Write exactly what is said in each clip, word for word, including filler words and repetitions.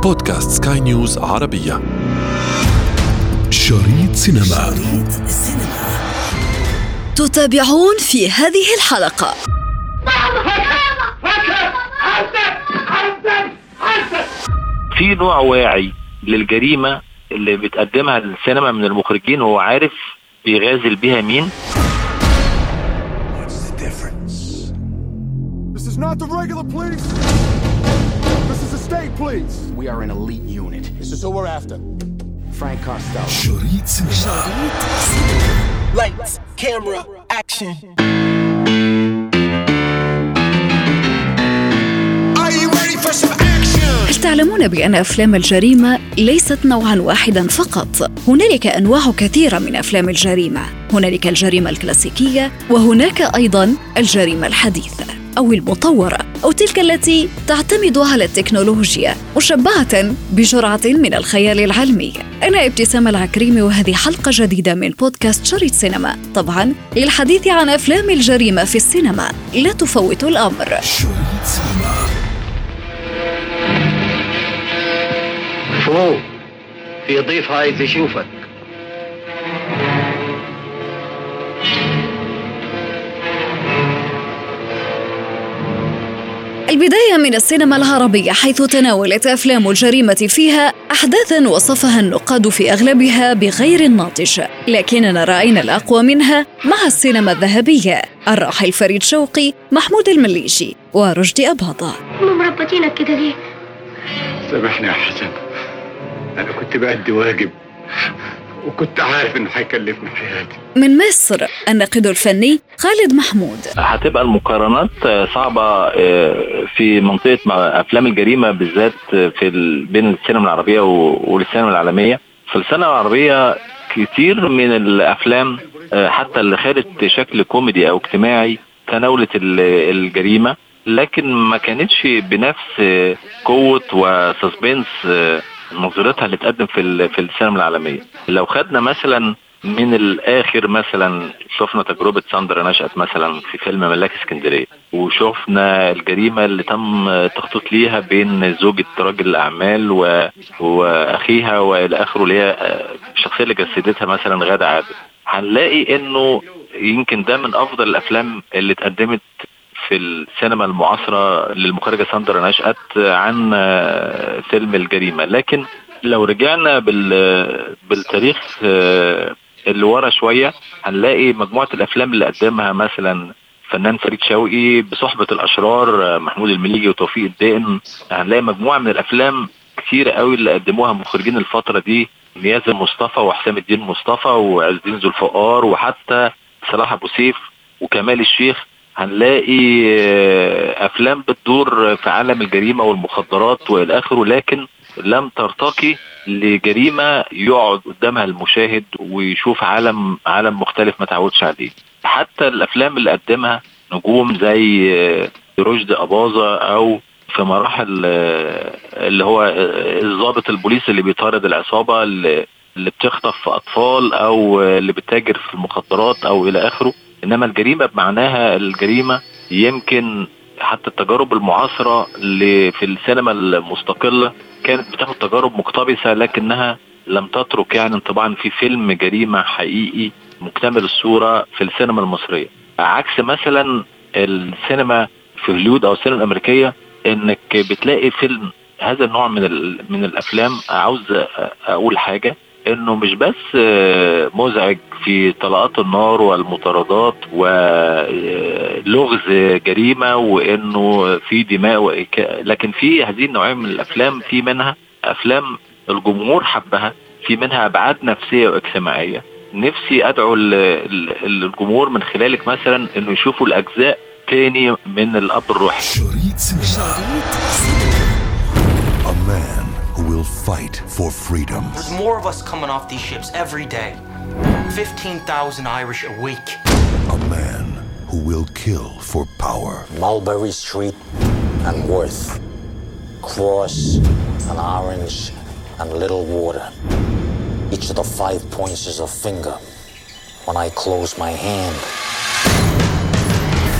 بودكاست سكاي نيوز عربية. شريط سينما. شريط سينما. تتابعون في هذه الحلقة. في نوع واعي للجريمة اللي بتقدمها السينما من المخرجين، هو عارف بيغازل بيها مين. This is not the regular police. This is a state police. We are an elite unit. This is who we're after. Frank Costello. شريط سينما. Lights, camera, action. Are you ready for some action? هل تعلمون بأن أفلام الجريمة ليست نوعاً واحداً فقط؟ هنالك أنواع كثيرة من أفلام الجريمة. هنالك الجريمة الكلاسيكية، وهناك أيضاً الجريمة الحديثة أو المطورة، أو تلك التي تعتمد على التكنولوجيا مشبعة بجرعة من الخيال العلمي. أنا ابتسام العكريمي، وهذه حلقة جديدة من بودكاست شريط سينما، طبعاً للحديث عن أفلام الجريمة في السينما. لا تفوتوا الأمر. شريط سينما. فوق في ضيف عايز يشوفك. البداية من السينما العربية، حيث تناولت أفلام الجريمة فيها أحداثاً وصفها النقاد في أغلبها بغير الناطج، لكننا رأينا الأقوى منها مع السينما الذهبية، الراحل فريد شوقي، محمود المليجي، ورشدي أباضة. هم مربطينك كده ليه؟ سامحني يا حسن، أنا كنت بأدي واجب وكنت عارف إنه هيكلفني حياتي. من مصر الناقد الفني خالد محمود. هتبقى المقارنات صعبة في منطقة أفلام الجريمة بالذات في بين السينما العربية والسينما العالمية. في السينما العربية كتير من الأفلام حتى اللي خدت شكل كوميدي أو اجتماعي تناولت الجريمة، لكن ما كانتش بنفس قوة وسسبنس نظرتها اللي تقدم في في السينما العالمية. لو خدنا مثلا من الآخر، مثلا شفنا تجربة ساندرا نشأت مثلا في فيلم ملاك اسكندرية، وشفنا الجريمة اللي تم تخطيط ليها بين زوجة رجل الأعمال و... وأخيها وإلى آخره، اللي هي الشخصية اللي جسدتها مثلا غادة عادل. هنلاقي إنه يمكن ده من أفضل الأفلام اللي تقدمت في السينما المعاصرة للمخرجة ساندرا نشأت عن فيلم الجريمة. لكن لو رجعنا بالتاريخ اللي ورا شوية، هنلاقي مجموعة الأفلام اللي قدمها مثلا فنان فريد شوقي بصحبة الأشرار، محمود المليجي وتوفيق الدائم. هنلاقي مجموعة من الأفلام كتير قوي اللي قدموها مخرجين الفترة دي، نيازم مصطفى وحسام الدين مصطفى وعز الدين ذو الفقار وحتى صلاح أبو سيف وكمال الشيخ. هنلاقي أفلام بتدور في عالم الجريمة والمخدرات وإلى آخره، لكن لم ترتقي لجريمة يقعد قدامها المشاهد ويشوف عالم عالم مختلف ما تعودش عليه. حتى الأفلام اللي قدمها نجوم زي رشدي أباظة، أو في مراحل اللي هو الضابط البوليس اللي بيطارد العصابة اللي بتخطف في أطفال أو اللي بتتاجر في المخدرات أو إلى آخره. إنما الجريمة بمعناها الجريمة، يمكن حتى التجارب المعاصرة اللي في السينما المستقلة كانت بتاخد تجارب مقتبسة، لكنها لم تترك يعني انطباعا في فيلم جريمة حقيقي مكتمل الصورة في السينما المصرية، عكس مثلا السينما في هوليوود أو السينما الأمريكية. إنك بتلاقي فيلم هذا النوع من من الأفلام، عاوز أقول حاجة إنه مش بس مزعج في طلقات النار والمطاردات ولغز جريمة وإنه في دماء، لكن في هذه النوعية من الأفلام في منها أفلام الجمهور حبها، في منها أبعاد نفسية واجتماعية. نفسي أدعو الجمهور من خلالك مثلا إنه يشوفوا الأجزاء تاني من الأب الروحي. شريط سينما. A man who will fight for freedom. There's more of us coming off these ships every day. fifteen thousand Irish a week. A man who will kill for power. Mulberry Street and Worth. Cross and Orange and Little Water. Each of the five points is a finger. When I close my hand,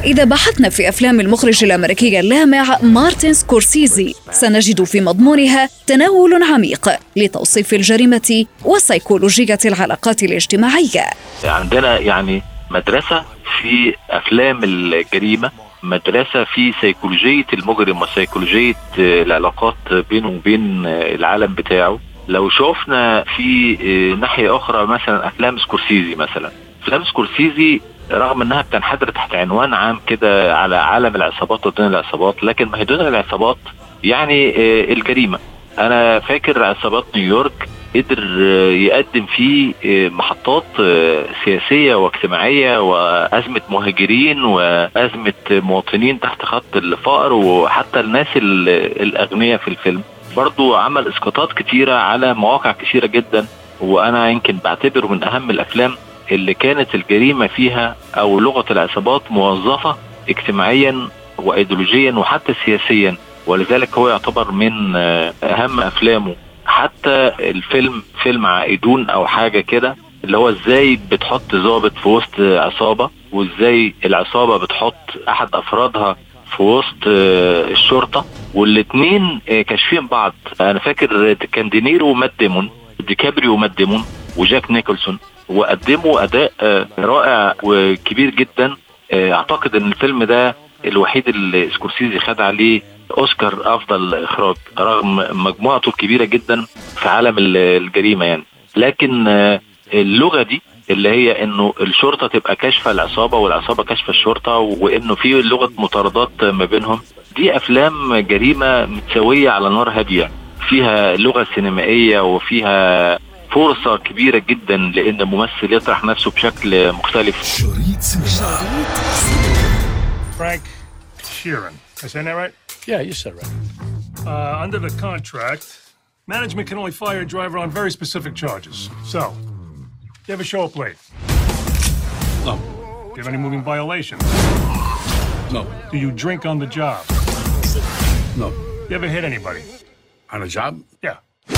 إذا بحثنا في أفلام المخرج الأمريكي اللامع مارتن سكورسيزي سنجد في مضمونها تناول عميق لتوصيف الجريمة وسيكولوجية العلاقات الاجتماعية. عندنا يعني مدرسة في أفلام الجريمة، مدرسة في سيكولوجية المجرم وسيكولوجية العلاقات بينه وبين العالم بتاعه. لو شوفنا في ناحية أخرى مثلا أفلام سكورسيزي، مثلا أفلام سكورسيزي رغم أنها بتنحدر تحت عنوان عام كده على عالم العصابات ودون العصابات، لكن ما هي دون العصابات يعني الجريمة. أنا فاكر عصابات نيويورك قدر يقدم فيه محطات سياسية واجتماعية وأزمة مهاجرين وأزمة مواطنين تحت خط الفقر وحتى الناس الأغنياء في الفيلم. برضو عمل اسقاطات كتيرة على مواقع كتيرة جدا، وأنا يمكن بعتبره من أهم الأفلام اللي كانت الجريمة فيها أو لغة العصابات موظفة اجتماعيا وإيديولوجيا وحتى سياسيا، ولذلك هو يعتبر من أهم أفلامه. حتى الفيلم فيلم عائدون أو حاجة كده، اللي هو ازاي بتحط ضابط في وسط عصابة، وازاي العصابة بتحط أحد أفرادها في وسط الشرطة، والاتنين كاشفين بعض. أنا فاكر كان دينيرو ومات ديمون، ديكابريو ومات ديمون وجاك نيكولسون، وقدموا أداء رائع وكبير جدا. أعتقد أن الفيلم ده الوحيد اللي سكورسيزي خد عليه أوسكار أفضل إخراج رغم مجموعته الكبيرة جدا في عالم الجريمة يعني. لكن اللغة دي اللي هي إنه الشرطة تبقى كاشفة العصابة والعصابة كاشفة الشرطة، وإنه في لغة مطاردات ما بينهم، دي أفلام جريمة متساوية على نار هادية، فيها لغة سينمائية وفيها فرصة كبيرة جدا لأن الممثل يطرح نفسه بشكل مختلف. Frank Sheeran. I saying that right? Yeah, you said right. Uh, under the contract, management can only fire a driver on very specific charges. So, you ever show up late? No. Do you have any moving violations? No. Do you drink on the job? No. You ever hit anybody? On a job? Yeah.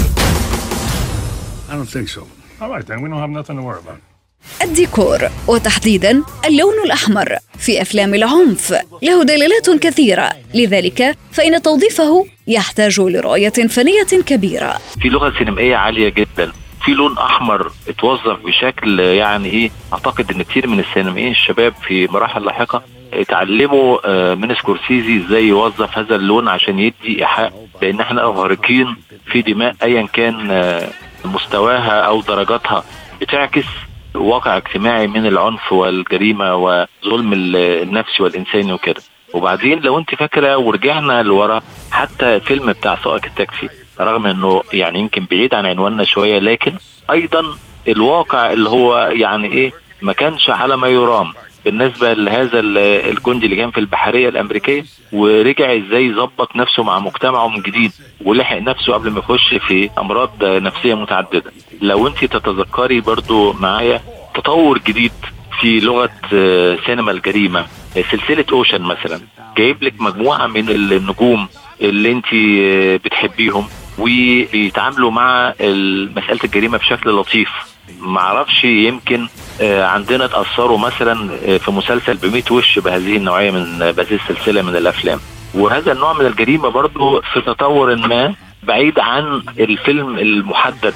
I don't think so. All right, then we don't have nothing to worry about. الديكور وتحديداً اللون الأحمر في أفلام العنف له دلالات كثيرة، لذلك فإن توظيفه يحتاج لرؤية فنية كبيرة. في لغة سينمائية عالية جداً، في لون أحمر اتوظف بشكل يعني إيه، أعتقد إن كتير من السينمائيين الشباب في مراحل لاحقة اتعلموا من سكورسيزي ازاي يوظف هذا اللون عشان يدي إيحاء بأن احنا غارقين في دماء أيا كان مستواها أو درجاتها، بتعكس واقع اجتماعي من العنف والجريمة وظلم النفسي والإنساني وكده. وبعدين لو انت فاكرة ورجعنا لورا، حتى فيلم بتاع سائق التاكسي رغم انه يعني يمكن بعيد عن عنواننا شوية، لكن ايضا الواقع اللي هو يعني ايه ما كانش على ما يرام بالنسبة لهذا الجندي اللي كان في البحرية الأمريكية، ورجع ازاي يظبط نفسه مع مجتمعه من جديد ولحق نفسه قبل ما يخش في أمراض نفسية متعددة. لو انت تتذكري برضو معايا تطور جديد في لغة سينما الجريمة، سلسلة أوشن مثلا جايب لك مجموعة من النجوم اللي انت بتحبيهم وبيتعاملوا مع مسألة الجريمة بشكل لطيف. معرفش يمكن عندنا تأثروا مثلا في مسلسل بميت وش بهذه النوعية من بهذه السلسلة من الأفلام، وهذا النوع من الجريمة برضو في تطور ما بعيد عن الفيلم المحدد.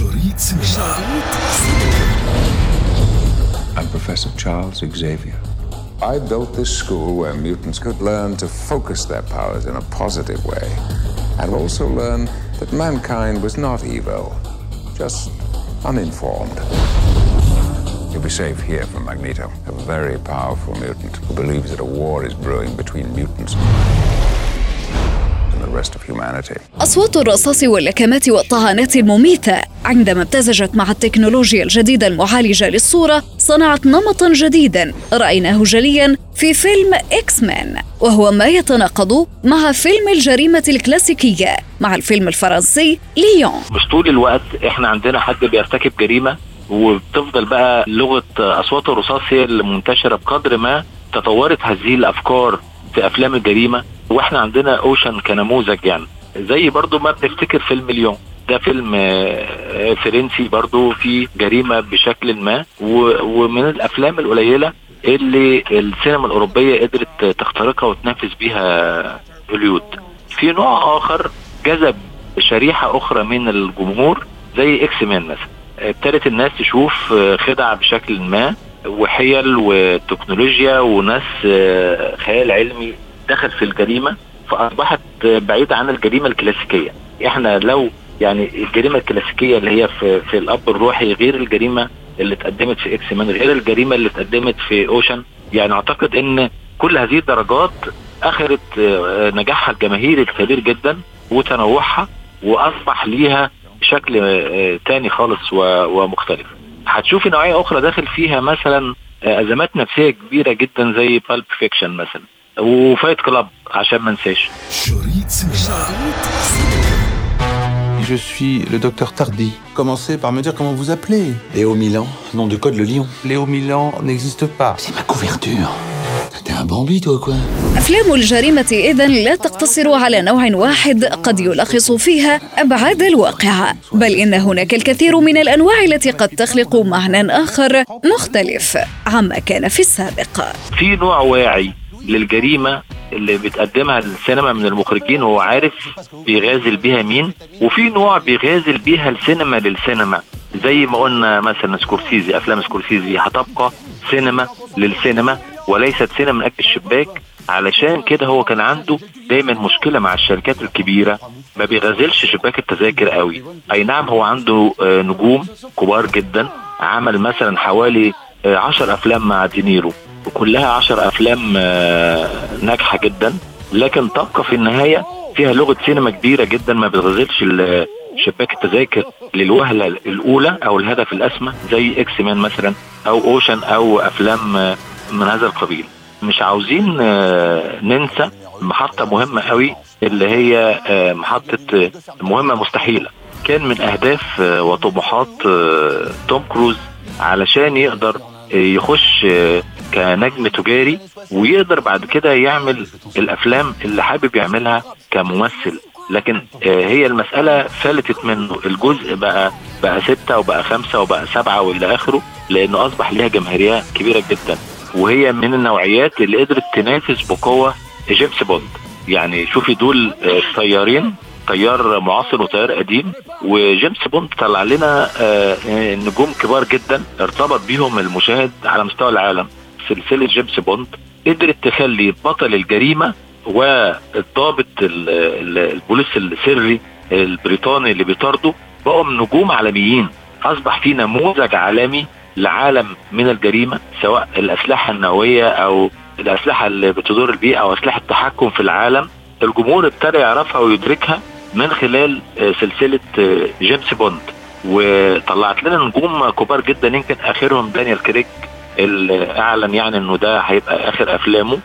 I'm Professor Charles Xavier. I built this school where mutants could learn to focus their powers in a positive way and also learn that mankind was not evil, just uninformed. You'll be safe here from Magneto, a very powerful mutant who believes that a war is brewing between mutants and the rest of humanity. أصوات الرصاص واللكمات والطعنات المميتة عندما امتزجت مع التكنولوجيا الجديدة المعالجة للصورة صنعت نمطاً جديداً رأيناه جلياً في فيلم إكس مان، وهو ما يتناقض مع فيلم الجريمة الكلاسيكية مع الفيلم الفرنسي ليون. مش طول الوقت احنا عندنا حد بيرتكب جريمة وبتفضل بقى لغة أصوات الرصاص هي المنتشرة، بقدر ما تطورت هذه الأفكار في أفلام الجريمة. وإحنا عندنا أوشن كنموذج، يعني زي برضو ما بنفتكر فيلم ليون، ده فيلم فرنسي برضو في جريمة بشكل ما، ومن الأفلام القليلة اللي السينما الأوروبية قدرت تخترقها وتنافس بيها هوليوود. في نوع آخر جذب شريحة أخرى من الجمهور زي إكس مان مثلا، ابتدت الناس تشوف خدع بشكل ما وحيل وتكنولوجيا وناس خيال علمي دخل في الجريمة، فأصبحت بعيدة عن الجريمة الكلاسيكية. احنا لو يعني الجريمة الكلاسيكية اللي هي في, في الأب الروحي غير الجريمة اللي اتقدمت في إكس مان غير الجريمة اللي اتقدمت في أوشن، يعني أعتقد إن كل هذه الدرجات أخذت نجاحها الجماهيري الكبير جدا وتنوعها، وأصبح ليها شكل تاني خالص ومختلف. هتشوفي نوعية أخرى داخل فيها مثلا أزمات نفسية كبيرة جدا زي بالب فيكشن مثلا وفايت كلاب عشان ما نساش. Je suis le docteur Tardy. Commencez par me dire comment vous appelez. Léo Milan, nom de code le lion. Léo Milan n'existe pas. C'est ma couverture. T'es un Bambi toi quoi. أفلام الجريمة إذن لا تقتصر على نوع واحد قد يلخص فيها أبعاد الواقعة، بل إن هناك الكثير من الأنواع التي قد تخلق معنى آخر مختلف عما كان في السابق. في نوع واعي للجريمة اللي بتقدمها السينما من المخرجين وهو عارف بيغازل بيها مين، وفي نوع بيغازل بيها السينما للسينما زي ما قلنا مثلا سكورسيزي. أفلام سكورسيزي هتبقى سينما للسينما وليست سينما من أجل الشباك، علشان كده هو كان عنده دايما مشكلة مع الشركات الكبيرة، ما بيغازلش شباك التذاكر قوي. أي نعم هو عنده نجوم كبار جدا، عمل مثلا حوالي عشر أفلام مع دينيرو وكلها عشر أفلام ناجحة جدا، لكن تبقى في النهاية فيها لغة سينما كبيرة جدا ما بتغزلش شباك التذاكر للوهلة الأولى أو الهدف الأسمى زي إكس مان مثلا أو أوشن أو أفلام من هذا القبيل. مش عاوزين ننسى محطة مهمة قوي اللي هي محطة مهمة مستحيلة، كان من أهداف وطموحات توم كروز علشان يقدر يخش كنجم تجاري ويقدر بعد كده يعمل الأفلام اللي حابب يعملها كممثل. لكن هي المسألة فلتت منه، الجزء بقى بقى ستة وبقى خمسة وبقى سبعة والى آخره، لأنه أصبح لها جماهيرية كبيرة جدا، وهي من النوعيات اللي قدرت تنافس بقوة جيمس بوند. يعني شوفي دول طيارين، طيار معاصر وطيار قديم، وجيمس بوند طلع لنا نجوم كبار جدا ارتبط بيهم المشاهد على مستوى العالم. سلسلة جيمس بوند قدرت تخلي بطل الجريمة والضابط البوليس السري البريطاني اللي بيطارده بقوا نجوم عالميين. أصبح في نموذج عالمي لعالم من الجريمة، سواء الأسلحة النووية أو الأسلحة اللي بتدور البيئة أو أسلحة التحكم في العالم. الجمهور ابتدى يعرفها ويدركها من خلال سلسلة جيمس بوند، وطلعت لنا نجوم كبار جدا، يمكن آخرهم دانيال كريج اللي أعلن يعني أنه ده هيبقى آخر أفلامه.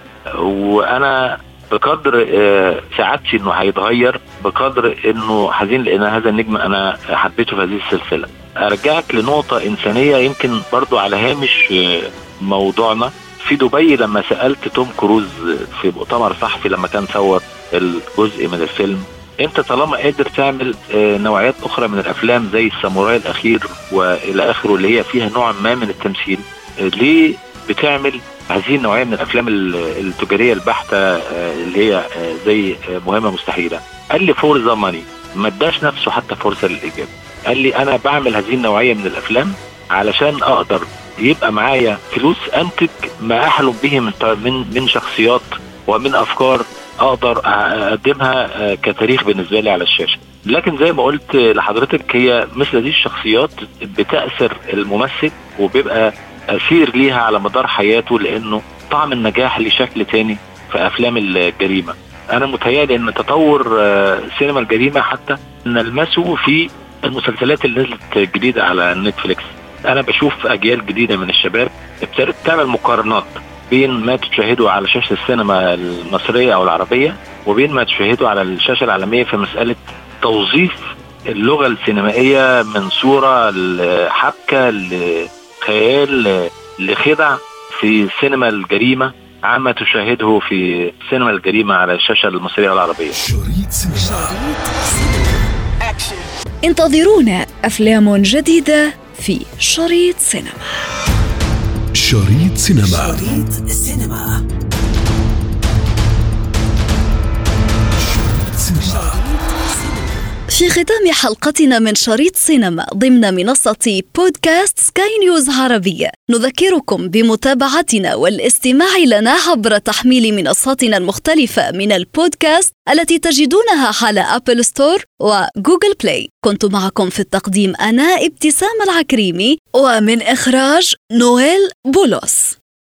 وأنا بقدر سعادتي أنه هيتغير، بقدر أنه حزين لأن هذا النجم أنا حبيته في هذه السلسلة. أرجعك لنقطة إنسانية يمكن برضو على هامش موضوعنا. في دبي لما سألت توم كروز في مؤتمر صحفي لما كان صور الجزء من الفيلم، انت طالما قادر تعمل نوعيات اخرى من الافلام زي الساموراي الاخير والى اخره اللي هي فيها نوع ما من التمثيل، ليه بتعمل هذه النوعية من الافلام التجارية البحتة اللي هي زي مهمة مستحيلة؟ قال لي فور ذا ماني، ما اداش نفسه حتى فرصة للاجابة. قال لي انا بعمل هذه النوعية من الافلام علشان اقدر يبقى معايا فلوس انتج ما احلم به من من من شخصيات ومن افكار اقدر اقدمها كتاريخ بالنسبه لي على الشاشه. لكن زي ما قلت لحضرتك هي مثل هذه الشخصيات بتاثر الممثل وبيبقى اثير ليها على مدار حياته، لانه طعم النجاح لشكل تاني في افلام الجريمه. انا متهيألي ان تطور سينما الجريمه حتى نلمسه في المسلسلات اللي نزلت جديده على نتفليكس. أنا بشوف أجيال جديدة من الشباب ابتدت تعمل مقارنات بين ما تشاهده على شاشة السينما المصرية أو العربية وبين ما تشاهده على الشاشة العالمية في مسألة توظيف اللغة السينمائية من صورة لحبكة لخيال لخدع في سينما الجريمة عما تشاهده في سينما الجريمة على الشاشة المصرية والعربية. انتظرونا أفلام جديدة في شريط سينما. شريط سينما. شريط سينما. في ختام حلقتنا من شريط سينما ضمن منصة بودكاست سكاي نيوز عربية، نذكركم بمتابعتنا والاستماع لنا عبر تحميل منصاتنا المختلفة من البودكاست التي تجدونها على أبل ستور وجوجل بلاي. كنت معكم في التقديم أنا ابتسام العكريمي، ومن إخراج نويل بولوس.